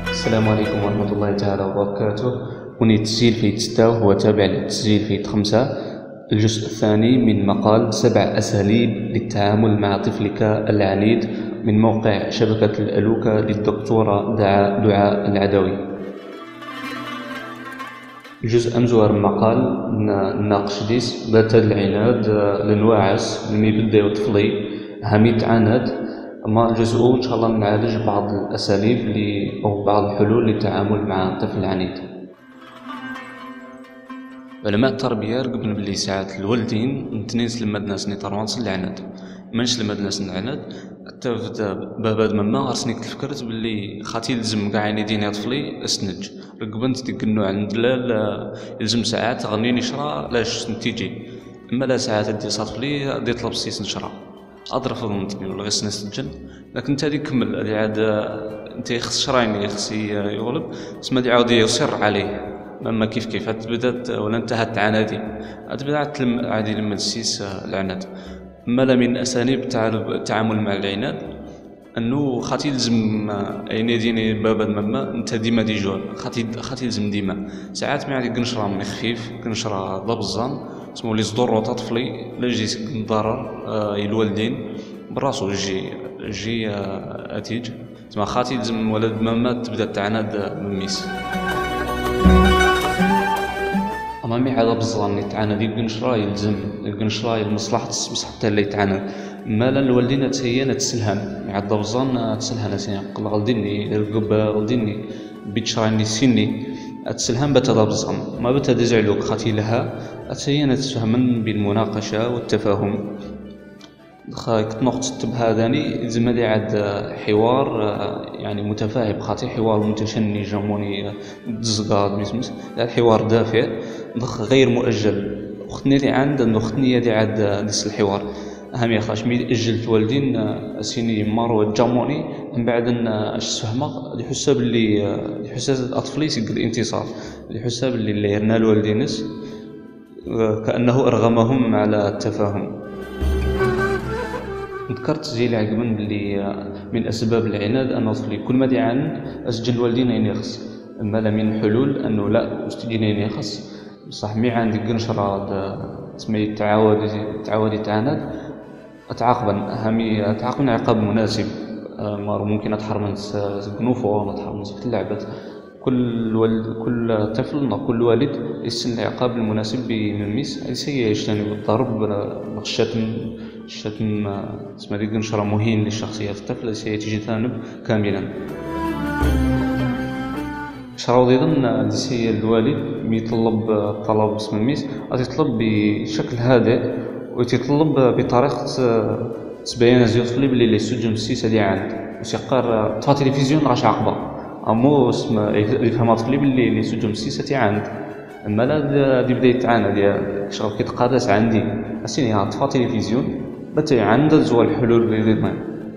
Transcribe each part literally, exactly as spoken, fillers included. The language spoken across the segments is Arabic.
السلام عليكم ورحمة الله تعالى وبركاته. هوني تسجيل في ستة وهو تابع للتسجيل في خمسة، الجزء الثاني من مقال سبع أساليب للتعامل مع طفلك العنيد من موقع شبكة الألوكة للدكتورة دعاء دعاء العدوي. الجزء أمزور المقال ناقش ديس بات العناد لنواعس لمي بدا طفلي هميت عناد. أما الجزء إن شاء الله نعالج بعض الأساليب اللي أو بعض الحلول للتعامل مع الطفل العنيد. علماء التربية رقبنا بلي ساعات الوالدين نتنيس لما دناس نيطروانس العناد منش لما دناس العناد حتى باباد مما غرسني تفكرت بلي خاطي يلزم كاع عيني ديني طفلي اسنج رقبنت ديك النوع عند لا يلزم ساعات غنيني شرا لاش نتيجي اما لا ساعات دي صاطفلي دي طلب سيس نشرا اضرب فهمتني ولا غير سنس الجن. لكن انت هذه كمل هذه عاد انت خص شرايني خصي يغلب اسما دي عاود يصر عليه اما كيف كيف بدات ولا انتهت عنادي عاد بدات عادي لما السيس العناد. اما لا من اساليب التعامل مع العناد انه خاطي يلزم عيني ديني بابا مما انت ديما دي جور خاطي خاطي يلزم ديما ساعات ما عادي كنشرا من خفيف كنشرا ضبزان اسمو لي صدور طفلي لا يجي ضرر آه الوالدين براسو يجي يجي آه اتيج تما خاطي يلزم ولد ماما تبدا تعناد مميس. اما مي على بزران يتعاند يقنشرا يلزم يقنشرا المصلحه بصح حتى اللي يتعاند مالا الوالدين تهيا تسلهان مع الضبزان تسلهان سين قل غلديني رقب غلديني بيتشراني سيني اتسلهان بتا ضبزان ما بتا دزعلوك خاطي لها اتهيا تفهمن بالمناقشه والتفاهم. كنت نقطة بهذاني زمالي عاد حوار يعني متفاهم خاطر حوار متشنج جاموني دزقاد بيسمس الحوار دافئ غير مؤجل. اختني اللي عند اختني اللي عاد نفس الحوار اهم يا خاش مي اجلت والدين سيني مارو جاموني من بعد اش فهمه لحساب اللي لحساب الاطفال يسقل الانتصار لحساب اللي اللي يرنا الوالدينس كانه ارغمهم على التفاهم. ذكرت تسجيل عقبا بلي من اسباب العناد انه طفلي كل ما دعان اسجل الوالدين ين يخص اما لا من الحلول انه لا استجين ين يخص بصح مي عندك قنشرة تسمي تعاود تعاود يتعاند اتعاقبا اهمي اتعاقبا عقاب مناسب ممكن اتحرم نوفو نتحرم في اللعبات. كل والد كل طفل كل والد يسن العقاب المناسب بمميس يسير يجتنب الضرب الشتم الشتم اسمه ذيك نشرة مهين للشخصية الطفل سيتجنب كاملا. شراو ضمن لسي الوالد يطلب طلب اسم الميس يطلب بشكل هادئ ويتطلب بطريقة تبين زيوطفلي بلي لي سجن السيسة اللي عند وسيقار تفا تلفزيون راش عقبة امو اسم يفهم طفلي بلي لي سجن السيسة عند اما لا دي بدا يتعانى ديال شغل كيتقادس عندي اسيني ها تفا تلفزيون بتي عند زوال الحلول بيضمان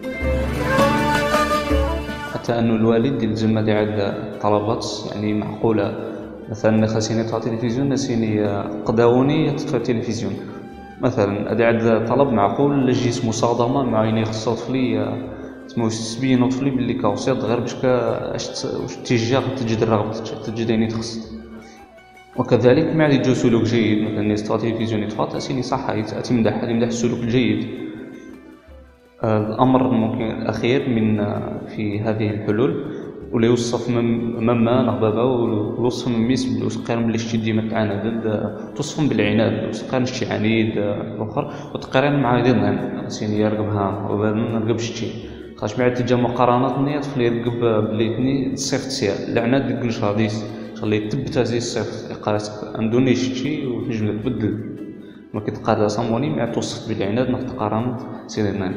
حتى انه الوالد يلزم دي عند طلبات يعني معقوله مثلا خاصني تفا تلفزيون نسيني قداوني تطفى التلفزيون مثلا ادي عند طلب معقول لجيس مصادمه مع عيني خصو طفلي اسمو سبين طفلي باللي كاوسيط غير باش اش تيجي تجد الرغبه تجد عيني تخص. وكذلك مع يجو سلوك جيد مثلا نستطيع تلفزيون يتفاط اسيني صح يتمدح يمدح السلوك الجيد. الامر ممكن الاخير من في هذه الحلول ولا يوصف مما نغبابا ويوصف ميس بالوسقير ملي شتي ديما تعاند توصفهم بالعناد وسقير شي عنيد الاخر وتقارن مع ديالنا سيني يرقبها ونرقب شتي خاش بعد تجا مقارنات نيه طفل يرقب بليتني صيفط سير العناد ديك نشاديس خلي تبتا زي الصيفط يقراس عندوني شتي وتنجم تبدل ما كتقارا صاموني مع توصف بالعناد نتقارن سيرنا.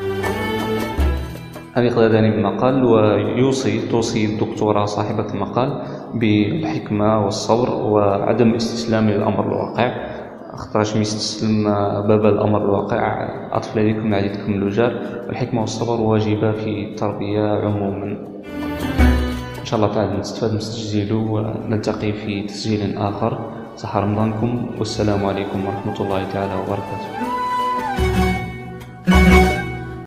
هذه قدرني بالمقال ويوصي توصي الدكتورة صاحبة المقال بالحكمة والصبر وعدم الاستسلام للأمر الواقع اختارش ميستسلم باب الأمر الواقع أطفال لكم عديدكم الوجار والحكمة والصبر واجبة في التربية عموما. إن شاء الله تعالى نستفاد من تسجيله ونلتقي في تسجيل آخر. صحة رمضانكم والسلام عليكم ورحمة الله تعالى وبركاته.